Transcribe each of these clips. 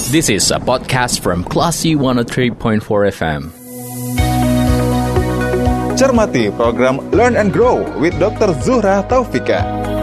This is a podcast from Classy 103.4 FM. Cermati program Learn and Grow with Dr. Zuhra Taufika.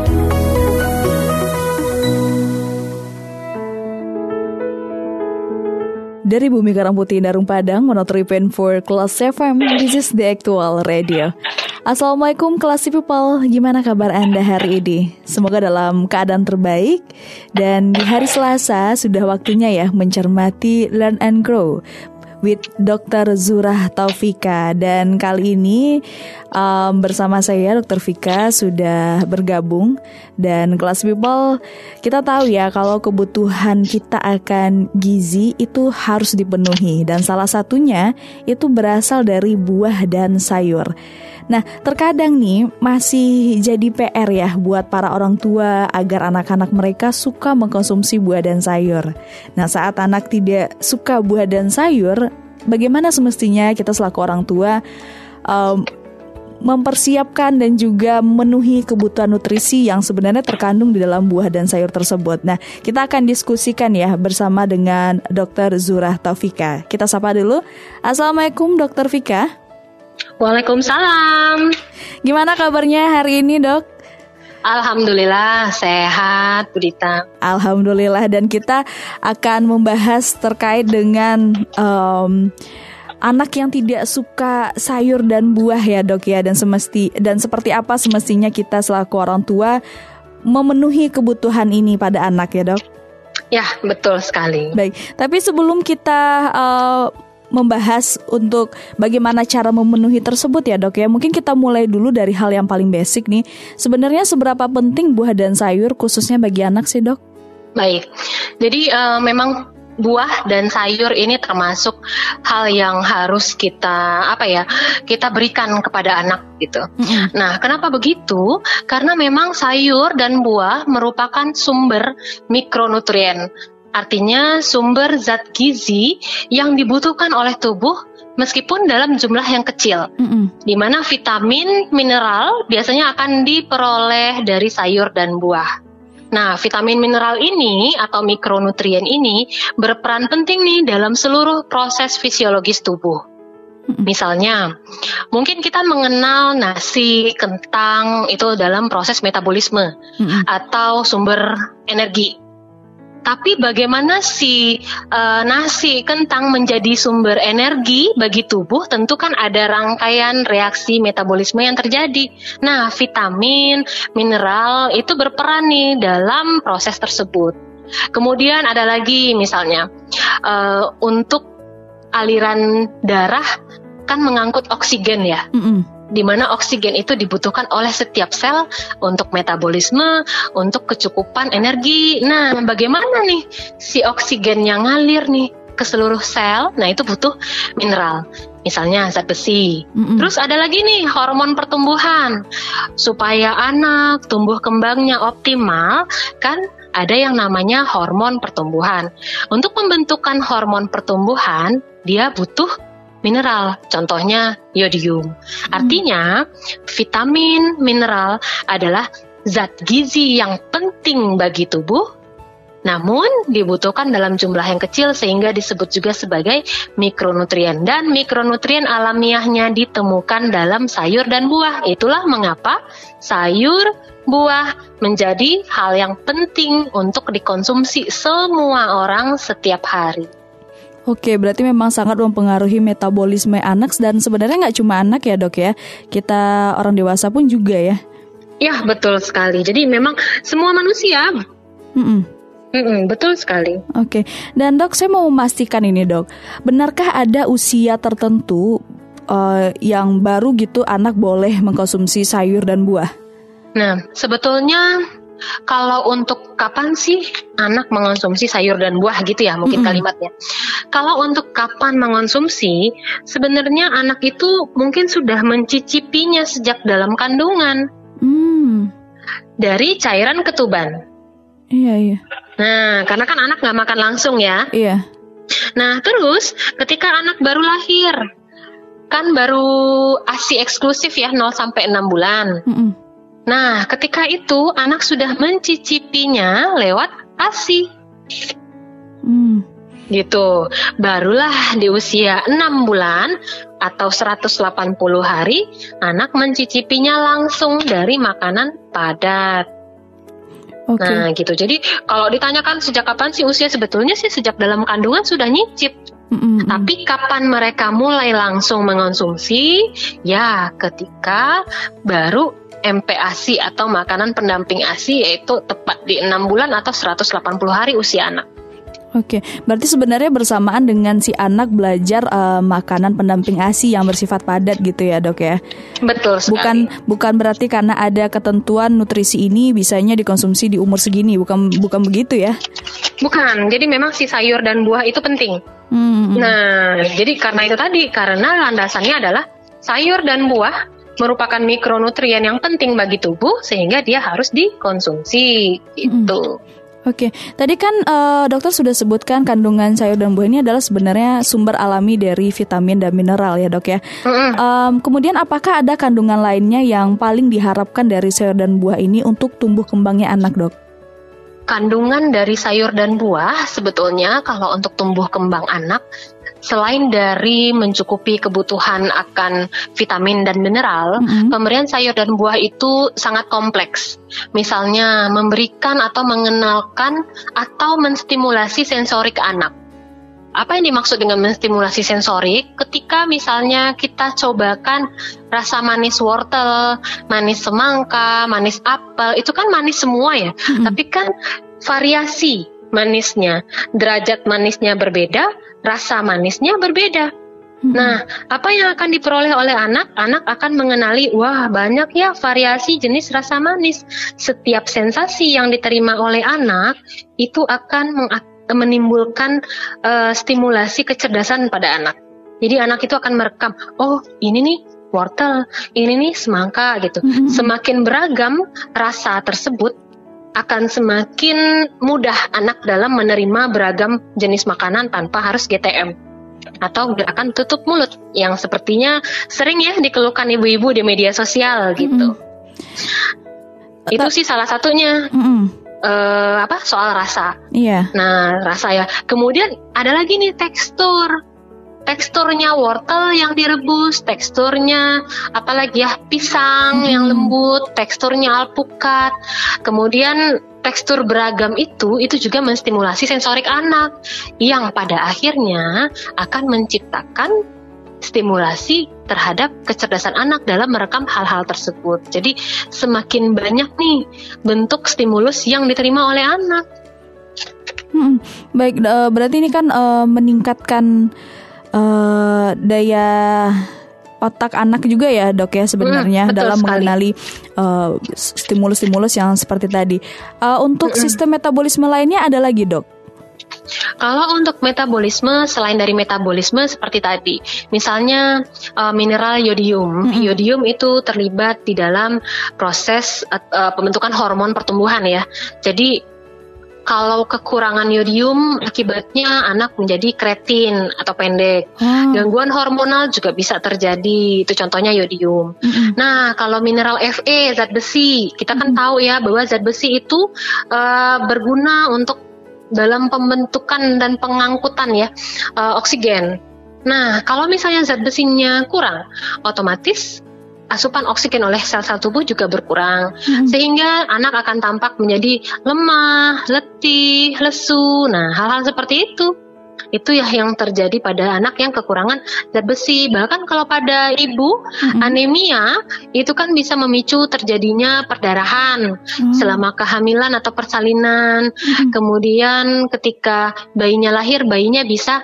Dari Bumi Karang Putih Darung Padang, 103.4 Classy FM, this is the actual radio. Assalamualaikum Classy People, gimana kabar Anda hari ini? Semoga dalam keadaan terbaik. Dan di hari Selasa sudah waktunya ya mencermati Learn and Grow with Dr. Zuhra Taufika. Dan kali ini bersama saya Dr. Fika sudah bergabung. Dan Classy People, kita tahu ya kalau kebutuhan kita akan gizi itu harus dipenuhi. Dan salah satunya itu berasal dari buah dan sayur. Nah, terkadang nih masih jadi PR ya buat para orang tua agar anak-anak mereka suka mengkonsumsi buah dan sayur. Nah, saat anak tidak suka buah dan sayur, bagaimana semestinya kita selaku orang tua mempersiapkan dan juga memenuhi kebutuhan nutrisi yang sebenarnya terkandung di dalam buah dan sayur tersebut. Nah, kita akan diskusikan ya bersama dengan Dr. Zuhra Taufika. Kita sapa dulu. Assalamualaikum Dr. Fika. Waalaikumsalam. Gimana kabarnya hari ini, Dok? Alhamdulillah sehat, Bu Dita. Alhamdulillah, dan kita akan membahas terkait dengan anak yang tidak suka sayur dan buah ya, Dok ya, dan seperti apa semestinya kita selaku orang tua memenuhi kebutuhan ini pada anak ya, Dok? Ya, betul sekali. Baik, tapi sebelum kita membahas untuk bagaimana cara memenuhi tersebut ya, Dok ya, mungkin kita mulai dulu dari hal yang paling basic nih. Sebenarnya seberapa penting buah dan sayur khususnya bagi anak sih, Dok? Baik, jadi memang buah dan sayur ini termasuk hal yang harus kita berikan kepada anak gitu. Nah, kenapa begitu? Karena memang sayur dan buah merupakan sumber mikronutrien. Artinya sumber zat gizi yang dibutuhkan oleh tubuh meskipun dalam jumlah yang kecil. Di mana vitamin, mineral biasanya akan diperoleh dari sayur dan buah. Nah, vitamin mineral ini atau mikronutrien ini berperan penting nih dalam seluruh proses fisiologis tubuh. Misalnya, mungkin kita mengenal nasi, kentang itu dalam proses metabolisme atau sumber energi. Tapi bagaimana nasi, kentang menjadi sumber energi bagi tubuh, tentu kan ada rangkaian reaksi metabolisme yang terjadi. Nah, vitamin, mineral itu berperan nih dalam proses tersebut. Kemudian ada lagi misalnya, untuk aliran darah kan mengangkut oksigen ya. Di mana oksigen itu dibutuhkan oleh setiap sel untuk metabolisme, untuk kecukupan energi. Nah, bagaimana nih si oksigen yang ngalir nih ke seluruh sel? Nah, itu butuh mineral. Misalnya zat besi. Terus ada lagi nih hormon pertumbuhan. Supaya anak tumbuh kembangnya optimal, kan ada yang namanya hormon pertumbuhan. Untuk pembentukan hormon pertumbuhan, dia butuh mineral, contohnya yodium. Artinya, vitamin, mineral adalah zat gizi yang penting bagi tubuh, namun dibutuhkan dalam jumlah yang kecil sehingga disebut juga sebagai mikronutrien. Dan mikronutrien alamiahnya ditemukan dalam sayur dan buah. Itulah mengapa sayur, buah menjadi hal yang penting untuk dikonsumsi semua orang setiap hari. Oke, berarti memang sangat mempengaruhi metabolisme anak, dan sebenarnya nggak cuma anak ya, Dok ya, kita orang dewasa pun juga ya. Ya, betul sekali. Jadi memang semua manusia. Betul sekali. Oke, dan Dok, saya mau memastikan ini, Dok, benarkah ada usia tertentu yang baru gitu anak boleh mengkonsumsi sayur dan buah? Nah, sebetulnya kalau untuk kapan sih anak mengonsumsi sayur dan buah gitu ya mungkin kalimatnya. Kalau untuk kapan mengonsumsi, sebenarnya anak itu mungkin sudah mencicipinya sejak dalam kandungan. Dari cairan ketuban. Iya. Nah, karena kan anak nggak makan langsung ya. Iya. Nah, terus ketika anak baru lahir, kan baru ASI eksklusif ya 0-6 bulan. Nah, ketika itu anak sudah mencicipinya lewat ASI. gitu. Barulah di usia 6 bulan atau 180 hari anak mencicipinya langsung dari makanan padat. Oke. Nah gitu. Jadi kalau ditanyakan sejak kapan sih usia, sebetulnya sih sejak dalam kandungan sudah nyicip. Tapi kapan mereka mulai langsung mengonsumsi? Ya ketika baru MPASI atau makanan pendamping ASI, yaitu tepat di 6 bulan atau 180 hari usia anak. Oke, berarti sebenarnya bersamaan dengan si anak belajar makanan pendamping ASI yang bersifat padat gitu ya dok ya? Betul sekali. Bukan berarti karena ada ketentuan nutrisi ini bisanya dikonsumsi di umur segini, bukan begitu ya? Bukan, jadi memang si sayur dan buah itu penting. Nah, jadi karena itu tadi, karena landasannya adalah sayur dan buah merupakan mikronutrien yang penting bagi tubuh sehingga dia harus dikonsumsi gitu. Oke, tadi kan dokter sudah sebutkan kandungan sayur dan buah ini adalah sebenarnya sumber alami dari vitamin dan mineral ya dok ya. Kemudian apakah ada kandungan lainnya yang paling diharapkan dari sayur dan buah ini untuk tumbuh kembangnya anak dok? Kandungan dari sayur dan buah sebetulnya kalau untuk tumbuh kembang anak, selain dari mencukupi kebutuhan akan vitamin dan mineral, pemberian sayur dan buah itu sangat kompleks. Misalnya memberikan atau mengenalkan atau menstimulasi sensorik anak. Apa yang dimaksud dengan menstimulasi sensorik? Ketika misalnya kita cobakan rasa manis wortel, manis semangka, manis apel, itu kan manis semua ya. Tapi kan variasi manisnya, derajat manisnya berbeda, rasa manisnya berbeda. Nah, apa yang akan diperoleh oleh anak? Anak akan mengenali, wah banyak ya variasi jenis rasa manis. Setiap sensasi yang diterima oleh anak itu akan menimbulkan stimulasi kecerdasan pada anak. Jadi anak itu akan merekam, oh ini nih wortel, ini nih semangka gitu. Semakin beragam rasa tersebut, akan semakin mudah anak dalam menerima beragam jenis makanan tanpa harus GTM atau gerakan tutup mulut yang sepertinya sering ya dikeluhkan ibu-ibu di media sosial gitu. Itu sih salah satunya. Soal rasa. Iya. Nah, rasa ya. Kemudian ada lagi nih teksturnya wortel yang direbus, teksturnya apalagi ya pisang yang lembut, teksturnya alpukat. Kemudian tekstur beragam itu juga menstimulasi sensorik anak yang pada akhirnya akan menciptakan stimulasi terhadap kecerdasan anak dalam merekam hal-hal tersebut. Jadi semakin banyak nih bentuk stimulus yang diterima oleh anak. Baik, berarti ini kan meningkatkan daya otak anak juga ya dok ya sebenarnya dalam mengenali stimulus-stimulus yang seperti tadi. Untuk sistem metabolisme lainnya ada lagi dok? Kalau untuk metabolisme, selain dari metabolisme seperti tadi, misalnya mineral yodium. Yodium itu terlibat di dalam proses pembentukan hormon pertumbuhan ya. Jadi kalau kekurangan yodium, akibatnya anak menjadi kreatin atau pendek. Gangguan hormonal juga bisa terjadi, itu contohnya yodium. Nah, kalau mineral Fe, zat besi, kita kan tahu ya bahwa zat besi itu berguna untuk dalam pembentukan dan pengangkutan ya oksigen. Nah, kalau misalnya zat besinya kurang, otomatis asupan oksigen oleh sel-sel tubuh juga berkurang, sehingga anak akan tampak menjadi lemah, letih, lesu. Nah, hal-hal seperti itu ya yang terjadi pada anak yang kekurangan zat besi. Bahkan kalau pada ibu anemia itu kan bisa memicu terjadinya perdarahan selama kehamilan atau persalinan. Kemudian ketika bayinya lahir, bayinya bisa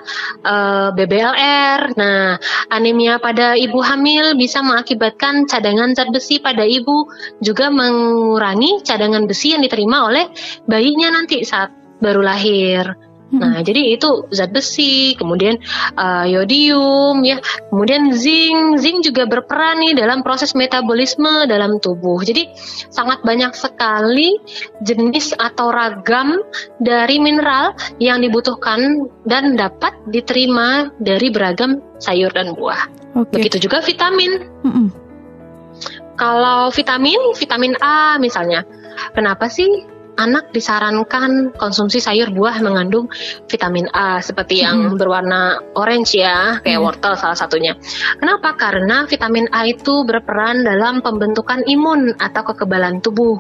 BBLR. Nah, anemia pada ibu hamil bisa mengakibatkan cadangan zat besi pada ibu juga mengurangi cadangan besi yang diterima oleh bayinya nanti saat baru lahir. Nah, jadi itu zat besi, kemudian yodium, ya, kemudian zinc juga berperan nih dalam proses metabolisme dalam tubuh. Jadi sangat banyak sekali jenis atau ragam dari mineral yang dibutuhkan dan dapat diterima dari beragam sayur dan buah. Begitu juga vitamin. Kalau vitamin A misalnya, kenapa sih anak disarankan konsumsi sayur buah mengandung vitamin A seperti yang berwarna orange ya, kayak wortel salah satunya. Kenapa? Karena vitamin A itu berperan dalam pembentukan imun atau kekebalan tubuh.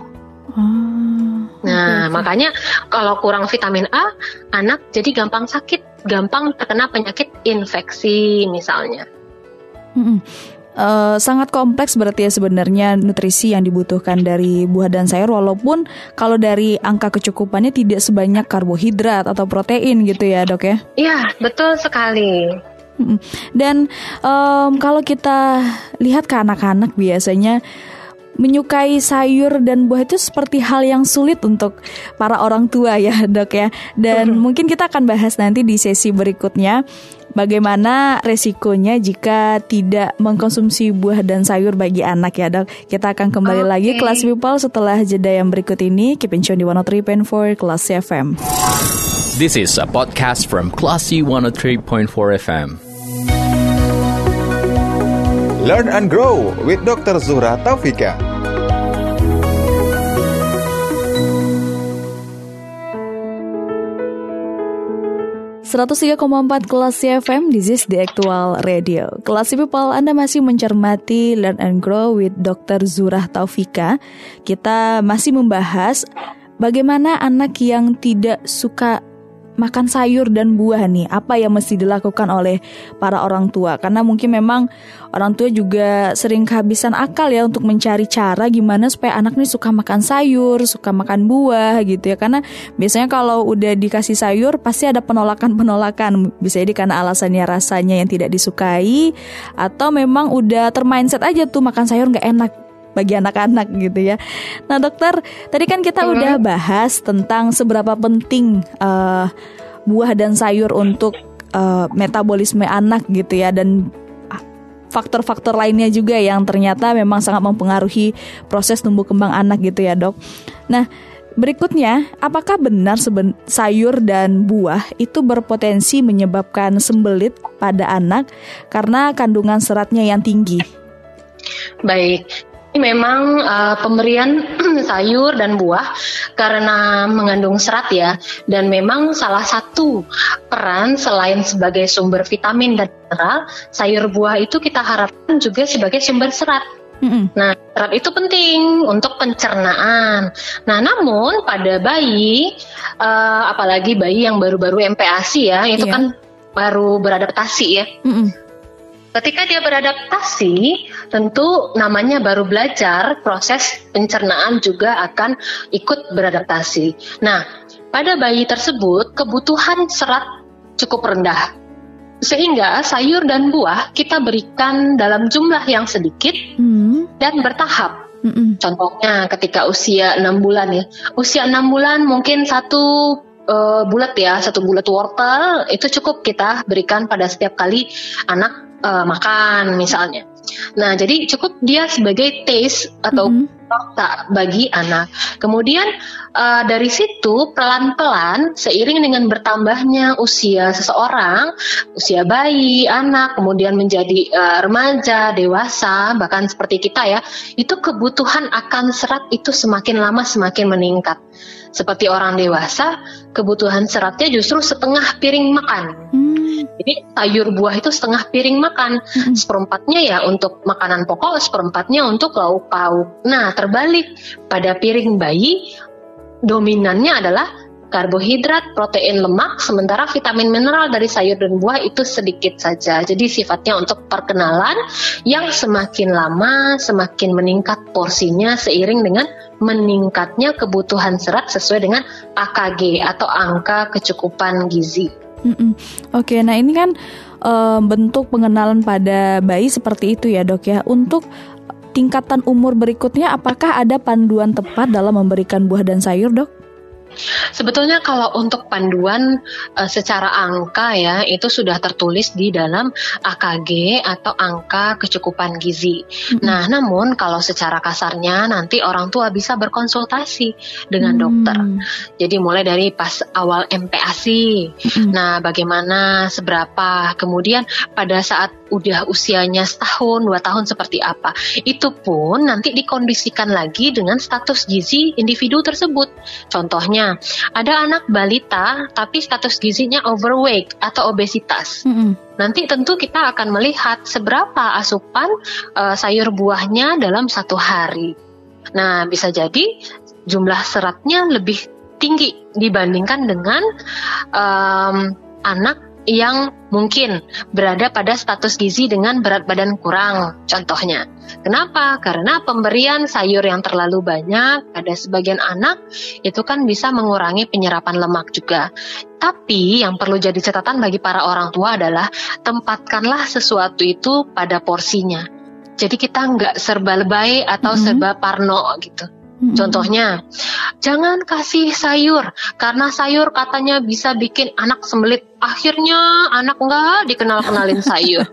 Nah, makanya kalau kurang vitamin A, anak jadi gampang sakit, gampang terkena penyakit infeksi misalnya. Sangat kompleks berarti ya sebenarnya nutrisi yang dibutuhkan dari buah dan sayur, walaupun kalau dari angka kecukupannya tidak sebanyak karbohidrat atau protein gitu ya dok ya? Iya, betul sekali. Dan kalau kita lihat ke anak-anak biasanya menyukai sayur dan buah itu seperti hal yang sulit untuk para orang tua ya dok ya. Dan mungkin kita akan bahas nanti di sesi berikutnya bagaimana resikonya jika tidak mengkonsumsi buah dan sayur bagi anak ya dok. Kita akan kembali lagi Kelas People setelah jeda yang berikut ini. Keep in tune di 103.4 Kelas FM. This is a podcast from Classy 103.4 FM. Learn and grow with Dr. Zuhra Taufika. .4 Kelas FM, this is the actual radio. Kelas People, Anda masih mencermati Learn and Grow with Dr. Zuhra Taufika. Kita masih membahas bagaimana anak yang tidak suka makan sayur dan buah nih, apa yang mesti dilakukan oleh para orang tua. Karena mungkin memang orang tua juga sering kehabisan akal ya untuk mencari cara gimana supaya anak nih suka makan sayur, suka makan buah gitu ya. Karena biasanya kalau udah dikasih sayur pasti ada penolakan-penolakan. Bisa jadi karena alasannya rasanya yang tidak disukai, atau memang udah termindset aja tuh makan sayur gak enak bagi anak-anak gitu ya. Nah dokter, tadi kan kita udah bahas tentang seberapa penting buah dan sayur untuk metabolisme anak gitu ya, dan faktor-faktor lainnya juga yang ternyata memang sangat mempengaruhi proses tumbuh kembang anak gitu ya dok. Nah berikutnya, apakah benar sayur dan buah itu berpotensi menyebabkan sembelit pada anak karena kandungan seratnya yang tinggi? Baik, memang pemberian sayur dan buah karena mengandung serat ya, dan memang salah satu peran selain sebagai sumber vitamin dan mineral, sayur buah itu kita harapkan juga sebagai sumber serat. Nah, serat itu penting untuk pencernaan. Nah, namun pada bayi, apalagi bayi yang baru-baru MPASI ya, itu kan baru beradaptasi ya. Ketika dia beradaptasi, tentu namanya baru belajar, proses pencernaan juga akan ikut beradaptasi. Nah, pada bayi tersebut kebutuhan serat cukup rendah. Sehingga sayur dan buah kita berikan dalam jumlah yang sedikit dan bertahap. Contohnya ketika usia 6 bulan ya. Usia 6 bulan mungkin satu bulat ya, satu bulat wortel itu cukup kita berikan pada setiap kali anak makan misalnya. Nah, jadi cukup dia sebagai taste atau fakta bagi anak. Kemudian dari situ pelan-pelan seiring dengan bertambahnya usia seseorang, usia bayi, anak, kemudian menjadi remaja, dewasa, bahkan seperti kita ya, itu kebutuhan akan serat itu semakin lama semakin meningkat. Seperti orang dewasa, kebutuhan seratnya justru setengah piring makan. Jadi sayur buah itu setengah piring makan, seperempatnya ya untuk makanan pokok, seperempatnya untuk lauk pauk. Nah, terbalik pada piring bayi, dominannya adalah karbohidrat, protein, lemak, sementara vitamin mineral dari sayur dan buah itu sedikit saja. Jadi sifatnya untuk perkenalan yang semakin lama semakin meningkat porsinya seiring dengan meningkatnya kebutuhan serat sesuai dengan AKG atau angka kecukupan gizi. Oke, nah ini kan bentuk pengenalan pada bayi seperti itu ya dok ya. Untuk tingkatan umur berikutnya, apakah ada panduan tepat dalam memberikan buah dan sayur dok? Sebetulnya kalau untuk panduan secara angka ya, itu sudah tertulis di dalam AKG atau angka kecukupan gizi. Nah, namun kalau secara kasarnya nanti orang tua bisa berkonsultasi dengan dokter. Jadi mulai dari pas awal MPASI. Nah, bagaimana, seberapa, kemudian pada saat udah usianya setahun, 2 tahun seperti apa. Itu pun nanti dikondisikan lagi dengan status gizi individu tersebut. Contohnya, ada anak balita tapi status gizinya overweight atau obesitas. Nanti tentu kita akan melihat seberapa asupan sayur buahnya dalam 1 hari. Nah, bisa jadi jumlah seratnya lebih tinggi dibandingkan dengan anak yang mungkin berada pada status gizi dengan berat badan kurang, contohnya. Kenapa? Karena pemberian sayur yang terlalu banyak pada sebagian anak itu kan bisa mengurangi penyerapan lemak juga. Tapi yang perlu jadi catatan bagi para orang tua adalah tempatkanlah sesuatu itu pada porsinya. Jadi kita nggak serba lebay atau serba parno gitu. Contohnya, jangan kasih sayur karena sayur katanya bisa bikin anak sembelit. Akhirnya anak nggak dikenal-kenalin sayur.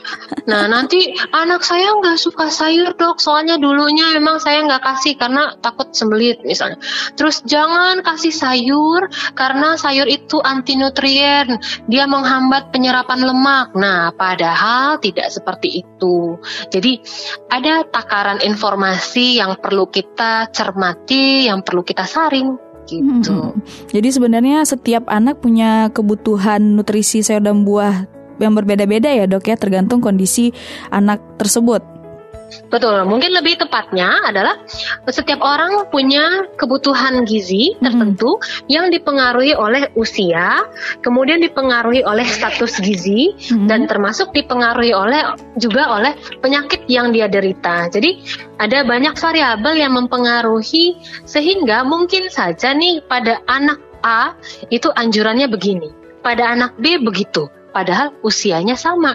Nah, nanti anak saya nggak suka sayur, dok, soalnya dulunya memang saya nggak kasih karena takut sembelit misalnya. Terus jangan kasih sayur karena sayur itu anti nutrien, dia menghambat penyerapan lemak. Nah, padahal tidak seperti itu. Jadi ada takaran informasi yang perlu kita cermati, yang perlu kita saring. Gitu. Jadi sebenarnya setiap anak punya kebutuhan nutrisi sayur dan buah yang berbeda-beda ya, dok ya, tergantung kondisi anak tersebut. Betul, mungkin lebih tepatnya adalah setiap orang punya kebutuhan gizi tertentu yang dipengaruhi oleh usia, kemudian dipengaruhi oleh status gizi, dan termasuk dipengaruhi juga oleh penyakit yang dia derita. Jadi ada banyak variabel yang mempengaruhi, sehingga mungkin saja nih pada anak A itu anjurannya begini, pada anak B begitu, padahal usianya sama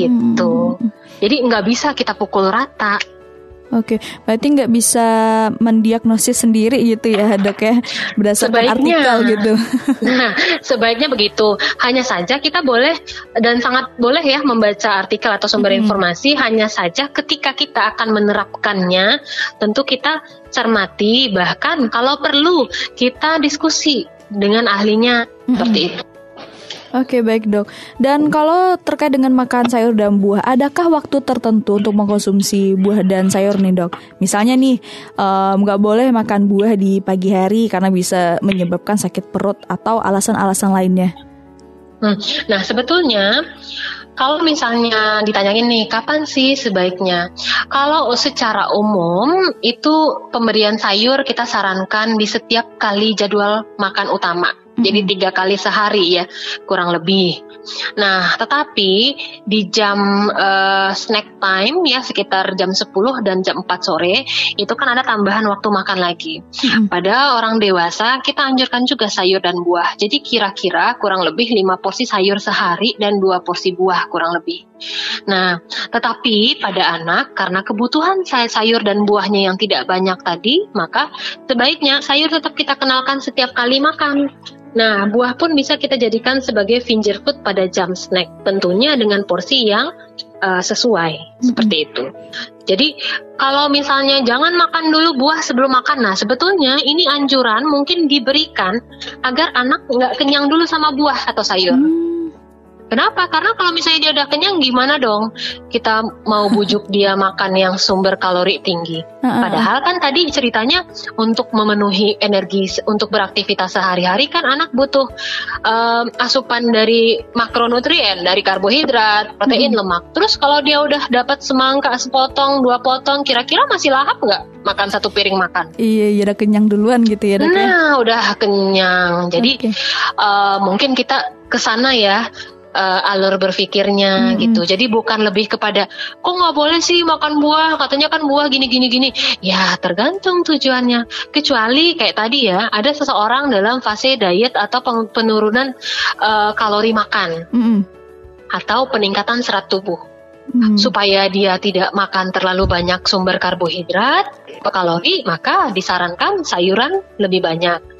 gitu. Jadi nggak bisa kita pukul rata. Oke, berarti nggak bisa mendiagnosis sendiri gitu ya, dok ya, berdasarkan artikel gitu. Nah, sebaiknya begitu. Hanya saja kita boleh dan sangat boleh ya membaca artikel atau sumber informasi. Hanya saja ketika kita akan menerapkannya, tentu kita cermati. Bahkan kalau perlu kita diskusi dengan ahlinya seperti itu. Oke, baik dok. Dan kalau terkait dengan makan sayur dan buah, adakah waktu tertentu untuk mengkonsumsi buah dan sayur nih dok? Misalnya nih, nggak boleh makan buah di pagi hari karena bisa menyebabkan sakit perut atau alasan-alasan lainnya. Nah, sebetulnya kalau misalnya ditanyain nih, kapan sih sebaiknya? Kalau secara umum itu pemberian sayur kita sarankan di setiap kali jadwal makan utama. Jadi 3 kali sehari ya, kurang lebih. Nah, tetapi di jam snack time ya, sekitar jam 10 dan jam 4 sore, itu kan ada tambahan waktu makan lagi. Pada orang dewasa, kita anjurkan juga sayur dan buah. Jadi kira-kira kurang lebih 5 porsi sayur sehari dan 2 porsi buah kurang lebih. Nah, tetapi pada anak, karena kebutuhan sayur dan buahnya yang tidak banyak tadi, maka sebaiknya sayur tetap kita kenalkan setiap kali makan. Nah, buah pun bisa kita jadikan sebagai finger food pada jam snack, tentunya dengan porsi yang sesuai, seperti itu. Jadi, kalau misalnya jangan makan dulu buah sebelum makan, nah sebetulnya ini anjuran mungkin diberikan agar anak nggak kenyang dulu sama buah atau sayur. Kenapa? Karena kalau misalnya dia udah kenyang, gimana dong kita mau bujuk dia makan yang sumber kalori tinggi? Padahal kan tadi ceritanya untuk memenuhi energi untuk beraktivitas sehari-hari kan anak butuh asupan dari makronutrien, dari karbohidrat, protein, lemak. Terus kalau dia udah dapat semangka, sepotong, 2 potong, kira-kira masih lahap nggak makan 1 piring makan? Iya, udah kenyang duluan gitu ya, dok. Nah, udah kenyang. Jadi mungkin kita kesana ya. Alur berpikirnya gitu. Jadi bukan lebih kepada kok nggak boleh sih makan buah, katanya kan buah gini. Ya tergantung tujuannya. Kecuali kayak tadi ya, ada seseorang dalam fase diet atau penurunan kalori makan atau peningkatan serat tubuh. Supaya dia tidak makan terlalu banyak sumber karbohidrat, kalori, maka disarankan sayuran lebih banyak.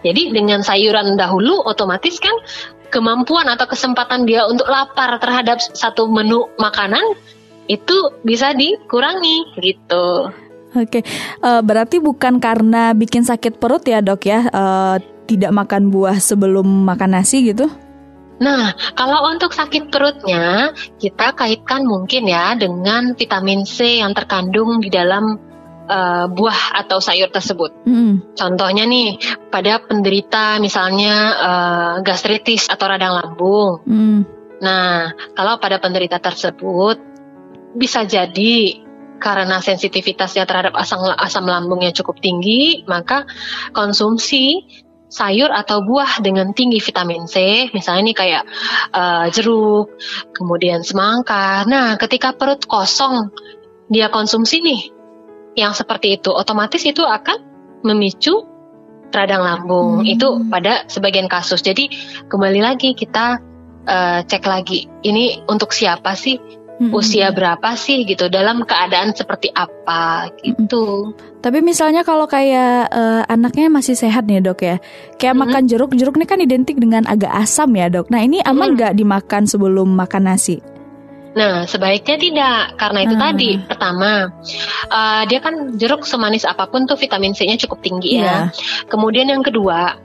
Jadi dengan sayuran dahulu, otomatis kan kemampuan atau kesempatan dia untuk lapar terhadap satu menu makanan itu bisa dikurangi gitu. Oke, berarti bukan karena bikin sakit perut ya dok ya, tidak makan buah sebelum makan nasi gitu? Nah, kalau untuk sakit perutnya, kita kaitkan mungkin ya dengan vitamin C yang terkandung di dalam buah atau sayur tersebut. Contohnya nih, pada penderita misalnya gastritis atau radang lambung. Nah, kalau pada penderita tersebut, bisa jadi karena sensitivitasnya terhadap asam lambungnya cukup tinggi, maka konsumsi sayur atau buah dengan tinggi vitamin C, misalnya nih kayak jeruk, kemudian semangka. Nah, ketika perut kosong, dia konsumsi nih yang seperti itu, otomatis itu akan memicu radang lambung. Itu pada sebagian kasus. Jadi kembali lagi kita cek lagi, ini untuk siapa sih? Usia berapa sih gitu, dalam keadaan seperti apa gitu. Tapi misalnya kalau kayak anaknya masih sehat nih dok ya, kayak makan jeruk ini kan identik dengan agak asam ya dok. Nah ini aman gak dimakan sebelum makan nasi? Nah sebaiknya tidak, karena itu tadi pertama dia kan jeruk semanis apapun tuh vitamin C-nya cukup tinggi ya. Kemudian yang kedua,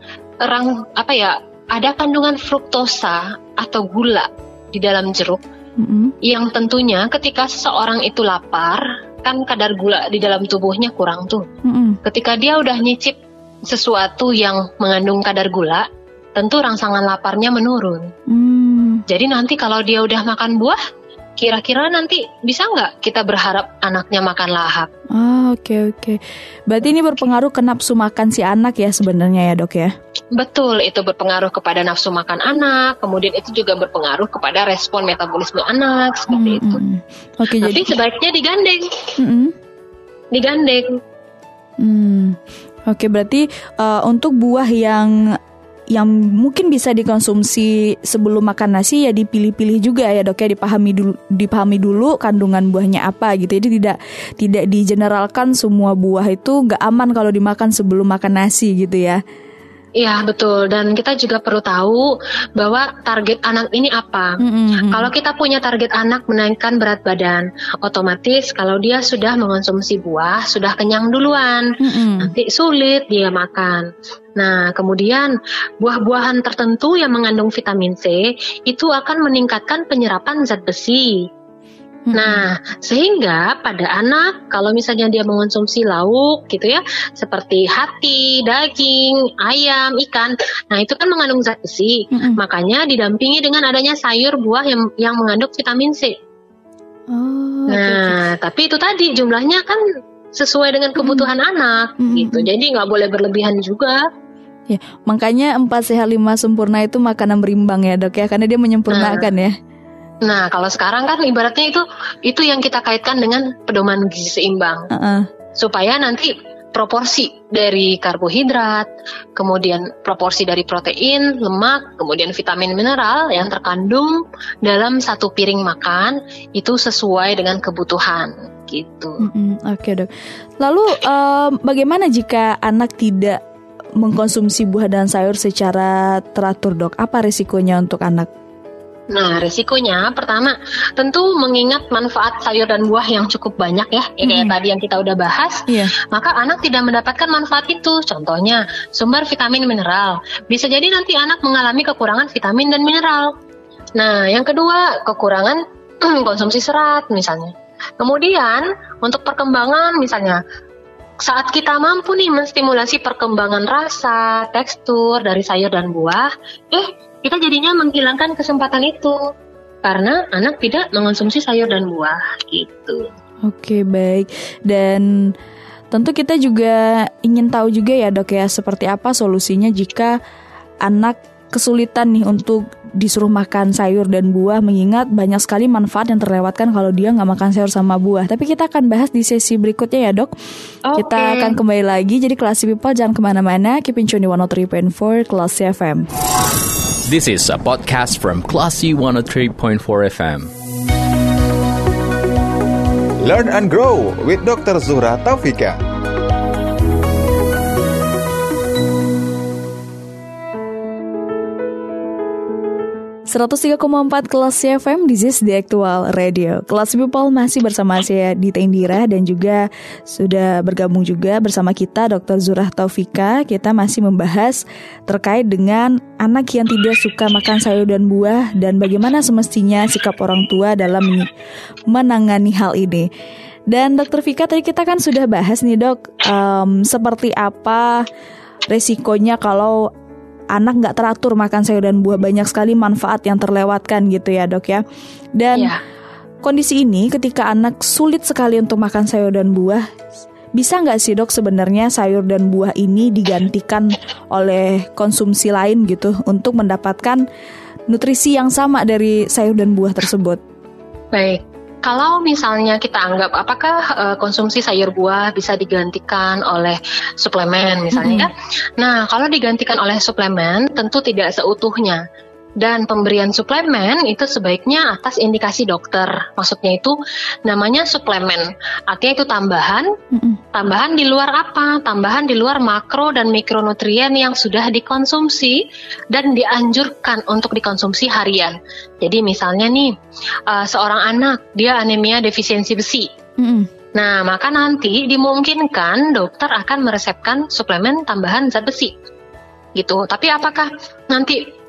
ada kandungan fruktosa atau gula di dalam jeruk. Yang tentunya ketika seseorang itu lapar, kan kadar gula di dalam tubuhnya kurang tuh. Ketika dia udah nyicip sesuatu yang mengandung kadar gula, tentu rangsangan laparnya menurun. Jadi nanti kalau dia udah makan buah, kira-kira nanti bisa nggak kita berharap anaknya makan lahap? Oke. Berarti ini berpengaruh ke nafsu makan si anak ya sebenarnya ya dok ya? Betul, itu berpengaruh kepada nafsu makan anak, kemudian itu juga berpengaruh kepada respon metabolisme anak, seperti itu. Oke, tapi sebaiknya digandeng. Oke, berarti untuk buah yang mungkin bisa dikonsumsi sebelum makan nasi ya dipilih-pilih juga ya dok ya, dipahami dulu kandungan buahnya apa gitu. Jadi tidak digeneralkan semua buah itu nggak aman kalau dimakan sebelum makan nasi gitu ya. Iya betul, dan kita juga perlu tahu bahwa target anak ini apa. Kalau kita punya target anak menaikkan berat badan, otomatis kalau dia sudah mengonsumsi buah, sudah kenyang duluan, nanti sulit dia makan. Nah, kemudian buah-buahan tertentu yang mengandung vitamin C itu akan meningkatkan penyerapan zat besi. Nah, sehingga pada anak kalau misalnya dia mengonsumsi lauk gitu ya, seperti hati, daging, ayam, ikan, nah itu kan mengandung zat besi. Makanya didampingi dengan adanya sayur buah yang mengandung vitamin C. Tapi itu tadi jumlahnya kan sesuai dengan kebutuhan anak gitu. Jadi nggak boleh berlebihan juga. Ya, makanya 4 sehat 5 sempurna itu makanan berimbang ya dok ya, karena dia menyempurnakan ya. Nah, kalau sekarang kan ibaratnya itu yang kita kaitkan dengan pedoman gizi seimbang. Supaya nanti proporsi dari karbohidrat, kemudian proporsi dari protein, lemak, kemudian vitamin mineral yang terkandung dalam satu piring makan itu sesuai dengan kebutuhan gitu. Oke dok. Lalu bagaimana jika anak tidak mengkonsumsi buah dan sayur secara teratur dok? Apa risikonya untuk anak? Nah, risikonya pertama tentu mengingat manfaat sayur dan buah yang cukup banyak ya, kayak tadi yang kita udah bahas, maka anak tidak mendapatkan manfaat itu. Contohnya sumber vitamin mineral, bisa jadi nanti anak mengalami kekurangan vitamin dan mineral. Nah, yang kedua kekurangan konsumsi serat misalnya. Kemudian untuk perkembangan misalnya, saat kita mampu nih menstimulasi perkembangan rasa, tekstur dari sayur dan buah, kita jadinya menghilangkan kesempatan itu karena anak tidak mengonsumsi sayur dan buah gitu. Oke, baik. Dan tentu kita juga ingin tahu juga ya dok ya, seperti apa solusinya jika anak kesulitan nih untuk disuruh makan sayur dan buah, mengingat banyak sekali manfaat yang terlewatkan kalau dia nggak makan sayur sama buah. Tapi kita akan bahas di sesi berikutnya ya dok. Kita akan kembali lagi. Jadi Classy People jangan kemana-mana, keep in tune di 103.4 Classy FM. This is a podcast from Classy 103.4 FM. Learn and grow with Dr. Zuhra Taufika. 103,4 Kelas FM, this is the actual radio. Kelas People masih bersama saya Dita Indira dan juga sudah bergabung juga bersama kita Dr. Zuhrah Taufika. Kita masih membahas terkait dengan anak yang tidak suka makan sayur dan buah dan bagaimana semestinya sikap orang tua dalam menangani hal ini. Dan Dr. Fika, tadi kita kan sudah bahas nih dok, seperti apa resikonya kalau anak nggak teratur makan sayur dan buah, banyak sekali manfaat yang terlewatkan gitu ya dok ya. Dan kondisi ini ketika anak sulit sekali untuk makan sayur dan buah, bisa nggak sih dok sebenarnya sayur dan buah ini digantikan oleh konsumsi lain gitu untuk mendapatkan nutrisi yang sama dari sayur dan buah tersebut? Baik. Kalau misalnya kita anggap apakah konsumsi sayur buah bisa digantikan oleh suplemen misalnya ya. Nah, kalau digantikan oleh suplemen tentu tidak seutuhnya. Dan pemberian suplemen itu sebaiknya atas indikasi dokter. Maksudnya itu namanya suplemen. Artinya itu tambahan. Tambahan di luar apa? Tambahan di luar makro dan mikronutrien yang sudah dikonsumsi dan dianjurkan untuk dikonsumsi harian. Jadi misalnya nih, seorang anak dia anemia defisiensi besi. Nah, maka nanti dimungkinkan dokter akan meresepkan suplemen tambahan zat besi. Gitu. Tapi apakah nanti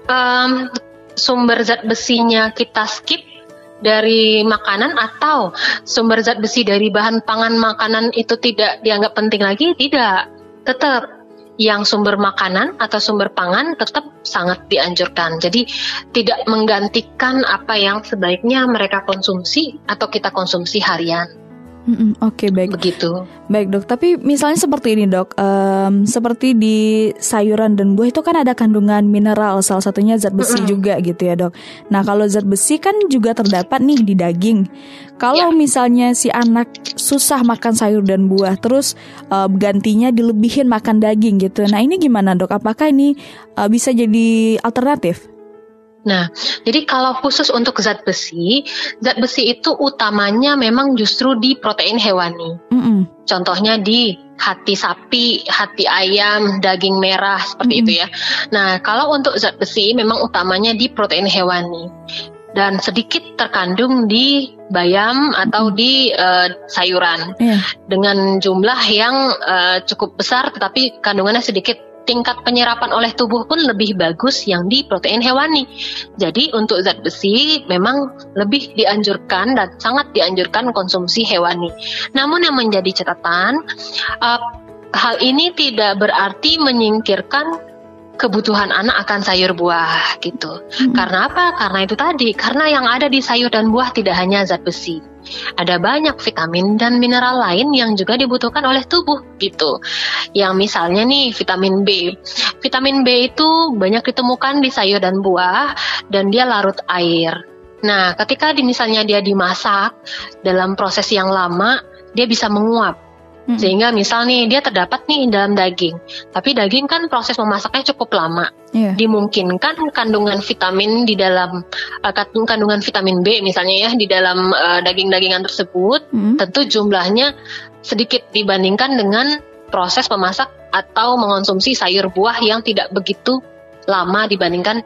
sumber zat besinya kita skip dari makanan atau sumber zat besi dari bahan pangan makanan itu tidak dianggap penting lagi? Tidak, tetap yang sumber makanan atau sumber pangan tetap sangat dianjurkan. Jadi tidak menggantikan apa yang sebaiknya mereka konsumsi atau kita konsumsi harian. Oke, baik. Begitu. Baik dok, tapi misalnya seperti ini dok, seperti di sayuran dan buah itu kan ada kandungan mineral, salah satunya zat besi juga gitu ya dok. Nah kalau zat besi kan juga terdapat nih di daging. Kalau misalnya si anak susah makan sayur dan buah, terus gantinya dilebihin makan daging gitu. Nah ini gimana dok? Apakah ini bisa jadi alternatif? Nah, jadi kalau khusus untuk zat besi itu utamanya memang justru di protein hewani. Contohnya di hati sapi, hati ayam, daging merah, seperti itu ya. Nah, kalau untuk zat besi memang utamanya di protein hewani. Dan sedikit terkandung di bayam atau di sayuran. Dengan jumlah yang cukup besar tetapi kandungannya sedikit. Tingkat penyerapan oleh tubuh pun lebih bagus yang di protein hewani. Jadi untuk zat besi memang lebih dianjurkan dan sangat dianjurkan konsumsi hewani. Namun yang menjadi catatan, hal ini tidak berarti menyingkirkan kebutuhan anak akan sayur buah gitu. Karena apa? Karena itu tadi, karena yang ada di sayur dan buah tidak hanya zat besi. Ada banyak vitamin dan mineral lain yang juga dibutuhkan oleh tubuh gitu. Yang misalnya nih vitamin B. Vitamin B itu banyak ditemukan di sayur dan buah dan dia larut air. Nah, ketika misalnya dia dimasak dalam proses yang lama, dia bisa menguap. Sehingga misal nih dia terdapat nih dalam daging, tapi daging kan proses memasaknya cukup lama. Dimungkinkan kandungan vitamin di dalam kandungan vitamin B misalnya ya di dalam daging-dagingan tersebut tentu jumlahnya sedikit dibandingkan dengan proses memasak atau mengonsumsi sayur buah yang tidak begitu lama dibandingkan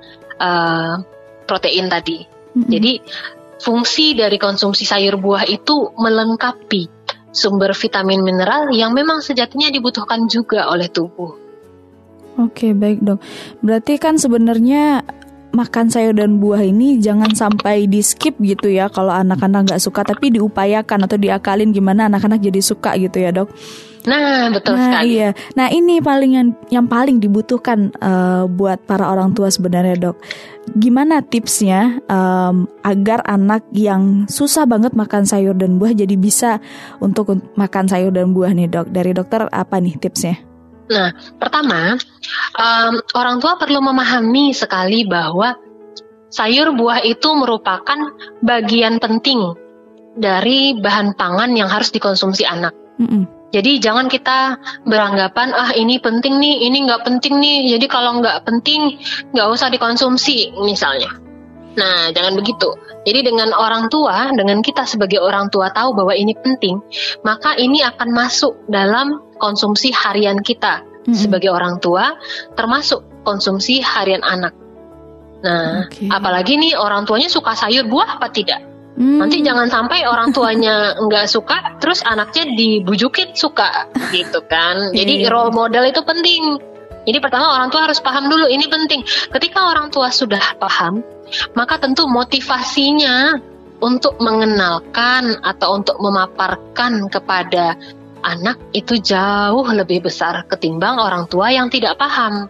protein tadi. Jadi fungsi dari konsumsi sayur buah itu melengkapi sumber vitamin mineral yang memang sejatinya dibutuhkan juga oleh tubuh. Oke, baik dok. Berarti kan sebenarnya makan sayur dan buah ini jangan sampai di skip gitu ya kalau anak-anak nggak suka, tapi diupayakan atau diakalin gimana anak-anak jadi suka gitu ya dok. Nah, betul sekali. Iya. Nah, ini yang paling dibutuhkan buat para orang tua sebenarnya, Dok. Gimana tipsnya agar anak yang susah banget makan sayur dan buah jadi bisa untuk makan sayur dan buah nih, Dok? Dari dokter apa nih tipsnya? Nah, pertama, orang tua perlu memahami sekali bahwa sayur buah itu merupakan bagian penting dari bahan pangan yang harus dikonsumsi anak. Jadi jangan kita beranggapan ini penting nih, ini nggak penting nih. Jadi kalau nggak penting nggak usah dikonsumsi misalnya. Nah, jangan begitu. Jadi dengan orang tua, dengan kita sebagai orang tua tahu bahwa ini penting, maka ini akan masuk dalam konsumsi harian kita sebagai orang tua, termasuk konsumsi harian anak. Nah, apalagi nih orang tuanya suka sayur buah apa tidak? Nanti jangan sampai orang tuanya nggak suka, terus anaknya dibujukin suka, gitu kan? Jadi role model itu penting. Jadi pertama orang tua harus paham dulu, ini penting. Ketika orang tua sudah paham, maka tentu motivasinya untuk mengenalkan atau untuk memaparkan kepada anak itu jauh lebih besar ketimbang orang tua yang tidak paham.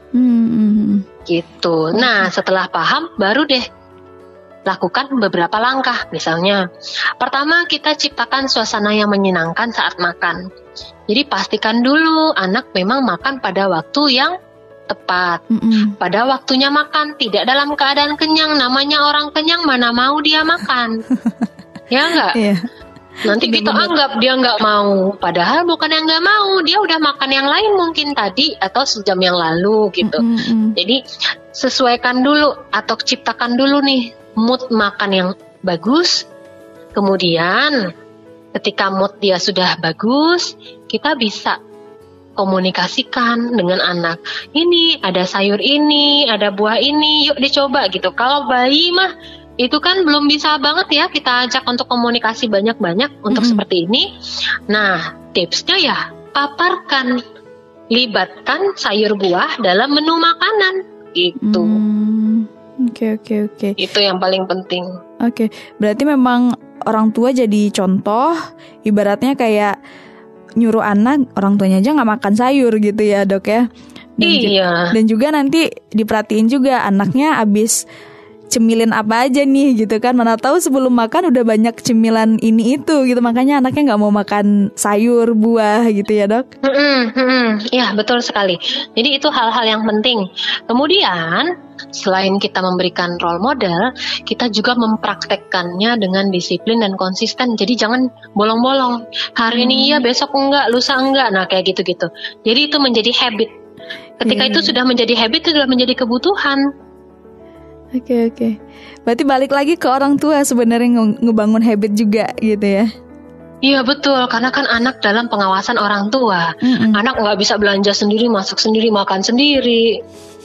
Gitu. Nah, setelah paham baru deh lakukan beberapa langkah. Misalnya, pertama kita ciptakan suasana yang menyenangkan saat makan. Jadi pastikan dulu anak memang makan pada waktu yang tepat. Pada waktunya makan, tidak dalam keadaan kenyang. Namanya orang kenyang mana mau dia makan. Ya enggak? Nanti kita anggap dia nggak mau. Padahal bukan yang nggak mau, dia udah makan yang lain mungkin tadi atau sejam yang lalu gitu. Jadi sesuaikan dulu atau ciptakan dulu nih mood makan yang bagus. Kemudian ketika mood dia sudah bagus, kita bisa komunikasikan dengan anak. Ini ada sayur ini, ada buah ini, yuk dicoba gitu. Kalau bayi mah itu kan belum bisa banget ya kita ajak untuk komunikasi banyak-banyak untuk seperti ini. Nah, tipsnya ya paparkan, libatkan sayur buah dalam menu makanan gitu. Oke. Itu yang paling penting. Oke, berarti memang orang tua jadi contoh, ibaratnya kayak nyuruh anak, orang tuanya aja nggak makan sayur gitu ya dok ya. Dan juga nanti diperhatiin juga anaknya abis cemilin apa aja nih gitu kan, mana tahu sebelum makan udah banyak cemilan ini itu gitu, makanya anaknya nggak mau makan sayur buah gitu ya dok. Ya betul sekali. Jadi itu hal-hal yang penting. Kemudian selain kita memberikan role model, kita juga mempraktekkannya dengan disiplin dan konsisten. Jadi jangan bolong-bolong. Hari ini iya, besok enggak, lusa enggak. Nah kayak gitu-gitu. Jadi itu menjadi habit. Ketika itu sudah menjadi habit, itu sudah menjadi kebutuhan. Oke. Berarti balik lagi ke orang tua sebenarnya ngebangun habit juga gitu ya. Iya betul, karena kan anak dalam pengawasan orang tua. Anak nggak bisa belanja sendiri, masak sendiri, makan sendiri.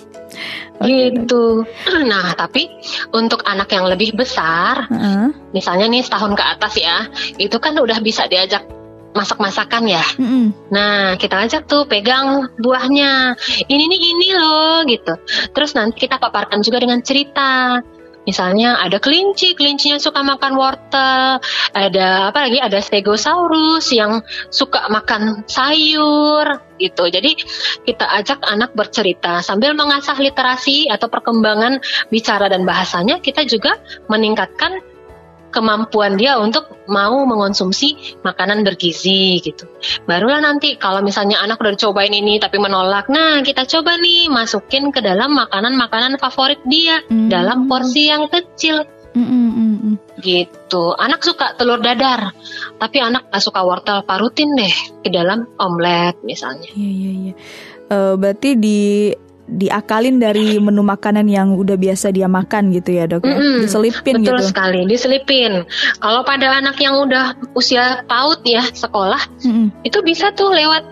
Gitu. Nah, tapi untuk anak yang lebih besar, misalnya nih setahun ke atas ya, itu kan udah bisa diajak masak-masakan ya. Nah, kita ajak tuh pegang buahnya. Ini loh gitu. Terus nanti kita paparkan juga dengan cerita. Misalnya ada kelincinya suka makan wortel, ada apa lagi, ada stegosaurus yang suka makan sayur gitu. Jadi kita ajak anak bercerita sambil mengasah literasi atau perkembangan bicara dan bahasanya. Kita juga meningkatkan kemampuan dia untuk mau mengonsumsi makanan bergizi gitu. Barulah nanti kalau misalnya anak udah cobain ini tapi menolak, nah kita coba nih masukin ke dalam makanan-makanan favorit dia dalam porsi yang kecil. Gitu. Anak suka telur dadar, tapi anak gak suka wortel, parutin deh ke dalam omelet misalnya. Iya. Berarti diakalin dari menu makanan yang udah biasa dia makan gitu ya dok ya? Diselipin betul gitu. Betul sekali, diselipin. Kalau pada anak yang udah usia PAUD ya, sekolah, itu bisa tuh lewat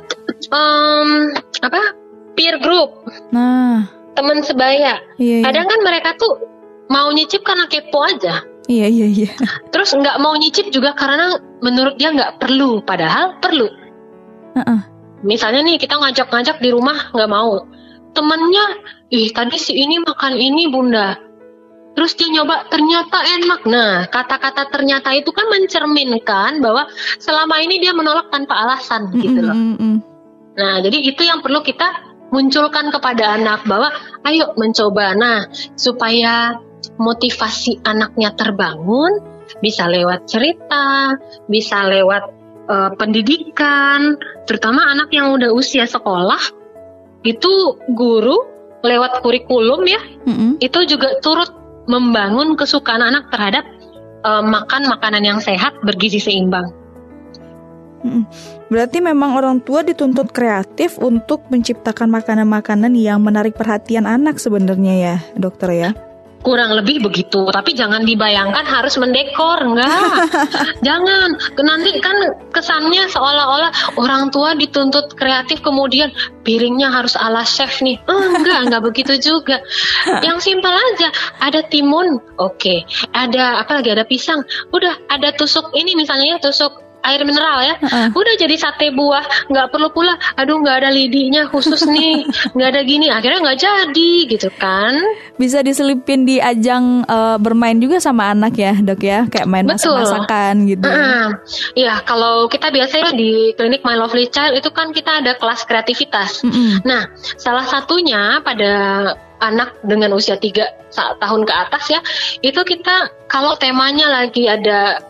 peer group. Nah, teman sebaya. Iya. Kadang kan mereka tuh mau nyicip karena kepo aja. Iya. Terus nggak mau nyicip juga karena menurut dia nggak perlu, padahal perlu. Misalnya nih kita ngajak-ngajak di rumah nggak mau. Temennya, tadi si ini makan ini bunda. Terus dia nyoba, ternyata enak. Nah, kata-kata ternyata itu kan mencerminkan bahwa selama ini dia menolak tanpa alasan gitu loh. Nah, jadi itu yang perlu kita munculkan kepada anak, bahwa ayo mencoba. Nah, supaya motivasi anaknya terbangun, bisa lewat cerita, bisa lewat pendidikan, terutama anak yang udah usia sekolah. Itu guru lewat kurikulum ya, itu juga turut membangun kesukaan anak terhadap makan makanan yang sehat, bergizi seimbang. Berarti memang orang tua dituntut kreatif untuk menciptakan makanan-makanan yang menarik perhatian anak sebenarnya ya dokter ya? Kurang lebih begitu, tapi jangan dibayangkan harus mendekor, enggak. Jangan, nanti kan kesannya seolah-olah orang tua dituntut kreatif kemudian piringnya harus ala chef nih. Enggak begitu juga. Yang simpel aja, ada timun, oke. Ada apa lagi, ada pisang, udah ada tusuk ini misalnya ya, tusuk air mineral ya, udah jadi sate buah, nggak perlu pula, aduh nggak ada lidihnya khusus nih, nggak ada gini, akhirnya nggak jadi gitu kan. Bisa diselipin di ajang bermain juga sama anak ya dok ya, kayak main masak-masakan gitu. Ya kalau kita biasanya di klinik My Lovely Child itu kan kita ada kelas kreativitas. Nah salah satunya pada anak dengan usia 3 tahun ke atas ya, itu kita kalau temanya lagi ada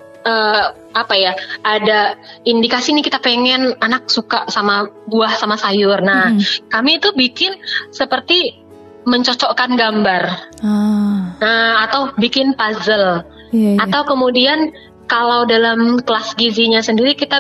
ada indikasi nih kita pengen anak suka sama buah sama sayur. Nah, kami itu bikin seperti mencocokkan gambar, atau bikin puzzle, atau kemudian kalau dalam kelas gizinya sendiri kita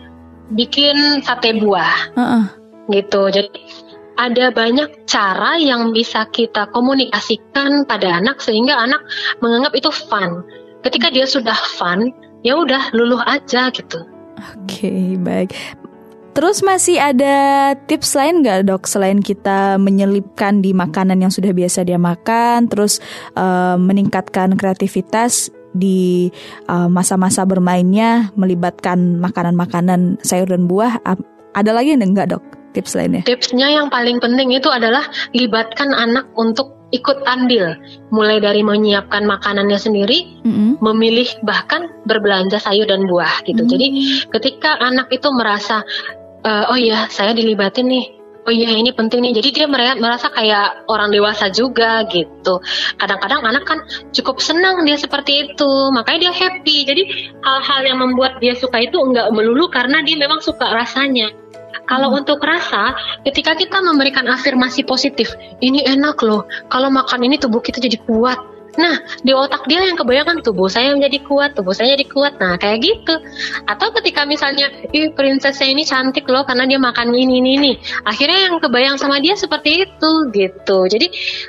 bikin sate buah, gitu. Jadi ada banyak cara yang bisa kita komunikasikan pada anak sehingga anak menganggap itu fun. Ketika dia sudah fun, ya udah luluh aja gitu. Oke, baik. Terus masih ada tips lain nggak dok selain kita menyelipkan di makanan yang sudah biasa dia makan, terus meningkatkan kreativitas di masa-masa bermainnya, melibatkan makanan-makanan sayur dan buah, ada lagi nggak dok tips lainnya? Tipsnya yang paling penting itu adalah libatkan anak untuk ikut andil, mulai dari menyiapkan makanannya sendiri, memilih bahkan berbelanja sayur dan buah gitu. Jadi ketika anak itu merasa, oh iya saya dilibatin nih, oh iya ini penting nih, jadi dia merasa kayak orang dewasa juga gitu. Kadang-kadang anak kan cukup senang dia seperti itu, makanya dia happy. Jadi hal-hal yang membuat dia suka itu enggak melulu karena dia memang suka rasanya. Kalau untuk rasa, ketika kita memberikan afirmasi positif, ini enak loh, kalau makan ini tubuh kita jadi kuat. Nah, di otak dia yang kebayangkan tubuh saya menjadi kuat, tubuh saya jadi kuat. Nah, kayak gitu. Atau ketika misalnya, prinsesnya ini cantik loh karena dia makan ini. Akhirnya yang kebayang sama dia seperti itu gitu. Jadi,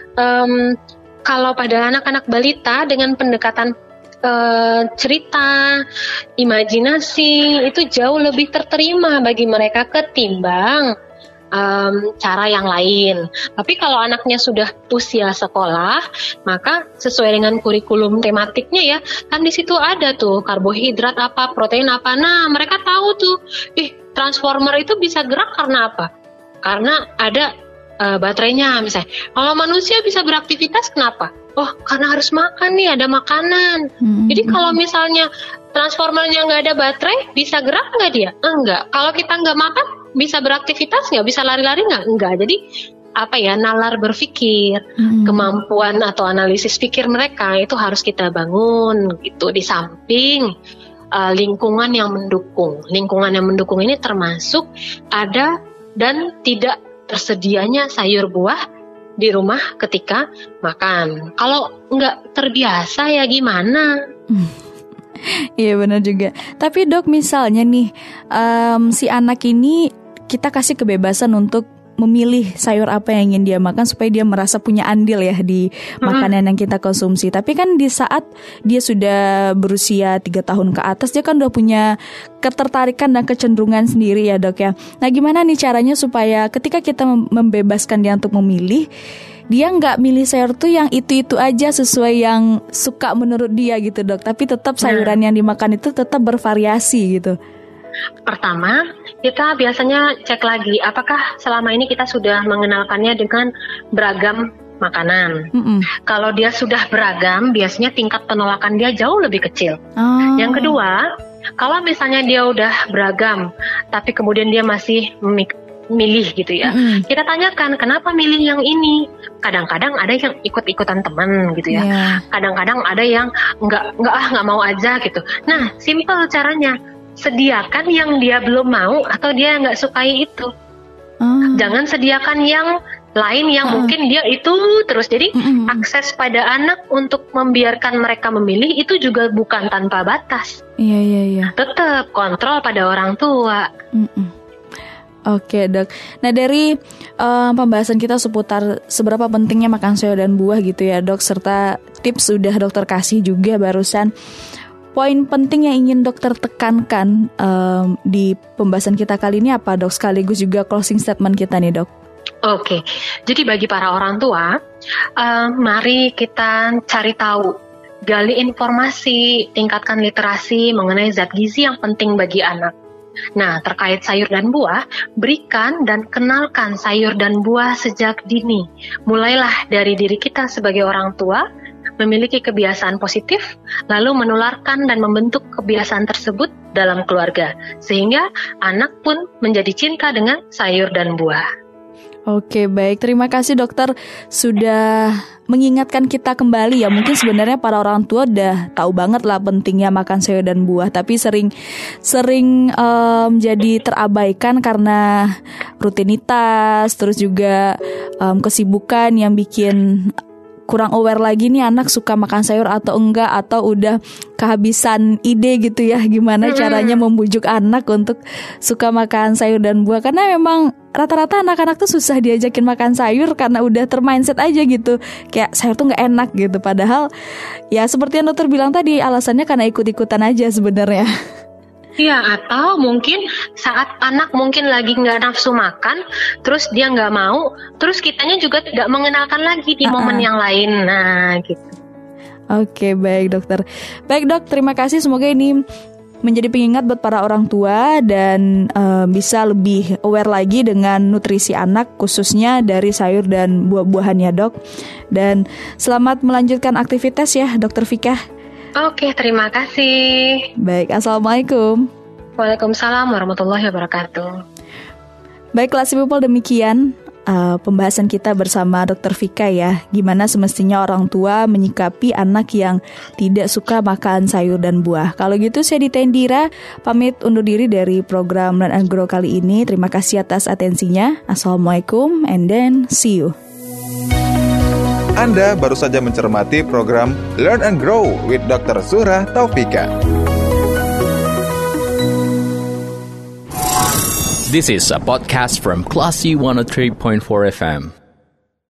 kalau pada anak-anak balita dengan pendekatan cerita, imajinasi itu jauh lebih terterima bagi mereka ketimbang cara yang lain. Tapi kalau anaknya sudah usia sekolah, maka sesuai dengan kurikulum tematiknya ya, kan di situ ada tuh karbohidrat apa, protein apa. Nah, mereka tahu tuh, transformer itu bisa gerak karena apa? Karena ada baterainya misalnya. Kalau manusia bisa beraktivitas kenapa? Oh, karena harus makan nih, ada makanan. Jadi kalau misalnya transformernya nggak ada baterai, bisa gerak nggak dia? Enggak. Kalau kita nggak makan, bisa beraktivitas nggak? Bisa lari-lari nggak? Enggak. Jadi nalar berpikir, kemampuan atau analisis pikir mereka itu harus kita bangun gitu. Di samping lingkungan yang mendukung. Lingkungan yang mendukung ini termasuk ada dan tidak tersedianya sayur buah di rumah ketika makan. Kalau nggak terbiasa ya gimana? Iya benar juga. Tapi dok misalnya nih si anak ini kita kasih kebebasan untuk memilih sayur apa yang ingin dia makan supaya dia merasa punya andil ya di makanan yang kita konsumsi. Tapi kan di saat dia sudah berusia 3 tahun ke atas, dia kan udah punya ketertarikan dan kecenderungan sendiri ya dok ya. Nah gimana nih caranya supaya ketika kita membebaskan dia untuk memilih, dia nggak milih sayur tuh yang itu-itu aja sesuai yang suka menurut dia gitu dok. Tapi tetap sayuran yang dimakan itu tetap bervariasi gitu. Pertama, kita biasanya cek lagi apakah selama ini kita sudah mengenalkannya dengan beragam makanan. Kalau dia sudah beragam, biasanya tingkat penolakan dia jauh lebih kecil. Yang kedua, kalau misalnya dia udah beragam, tapi kemudian dia masih milih gitu ya, kita tanyakan kenapa milih yang ini. Kadang-kadang ada yang ikut-ikutan teman gitu ya. Kadang-kadang ada yang nggak mau aja gitu. Nah, simple caranya. Sediakan yang dia belum mau atau dia nggak sukai itu. Jangan sediakan yang lain yang mungkin dia itu terus. Jadi akses pada anak untuk membiarkan mereka memilih itu juga bukan tanpa batas. Iya. Tetap kontrol pada orang tua. Oke dok. Nah dari pembahasan kita seputar seberapa pentingnya makan sayur dan buah gitu ya dok, serta tips sudah dokter kasih juga barusan. Poin penting yang ingin dokter tekankan di pembahasan kita kali ini apa dok? Sekaligus juga closing statement kita nih dok. Oke, jadi bagi para orang tua, mari kita cari tahu, gali informasi, tingkatkan literasi mengenai zat gizi yang penting bagi anak. Nah, terkait sayur dan buah, berikan dan kenalkan sayur dan buah sejak dini. Mulailah dari diri kita sebagai orang tua, memiliki kebiasaan positif, lalu menularkan dan membentuk kebiasaan tersebut dalam keluarga, sehingga anak pun menjadi cinta dengan sayur dan buah. Oke, baik. Terima kasih dokter sudah mengingatkan kita kembali ya. Mungkin sebenarnya para orang tua udah tahu banget lah pentingnya makan sayur dan buah, tapi sering jadi terabaikan karena rutinitas, terus juga kesibukan yang bikin kurang aware lagi nih anak suka makan sayur atau enggak, atau udah kehabisan ide gitu ya gimana caranya membujuk anak untuk suka makan sayur dan buah. Karena memang rata-rata anak-anak tuh susah diajakin makan sayur karena udah termindset aja gitu, kayak sayur tuh gak enak gitu. Padahal ya seperti yang dokter bilang tadi, alasannya karena ikut-ikutan aja sebenarnya. Iya, atau mungkin saat anak mungkin lagi nggak nafsu makan, terus dia nggak mau, terus kitanya juga tidak mengenalkan lagi di momen yang lain. Nah, gitu. Oke, baik dokter. Baik dok, terima kasih. Semoga ini menjadi pengingat buat para orang tua dan bisa lebih aware lagi dengan nutrisi anak, khususnya dari sayur dan buah-buahan ya dok. Dan selamat melanjutkan aktivitas ya dokter Vika. Oke, terima kasih. Baik, assalamualaikum. Waalaikumsalam warahmatullahi wabarakatuh. Baik, Classy People, demikian pembahasan kita bersama Dr. Vika ya. Gimana semestinya orang tua menyikapi anak yang tidak suka makan sayur dan buah. Kalau gitu saya Dita Indira pamit undur diri dari program Learn and Grow kali ini. Terima kasih atas atensinya. Assalamualaikum and then see you. Anda baru saja mencermati program Learn and Grow with Dr. Zuhra Taufika. This is a podcast from Classy 103.4 FM.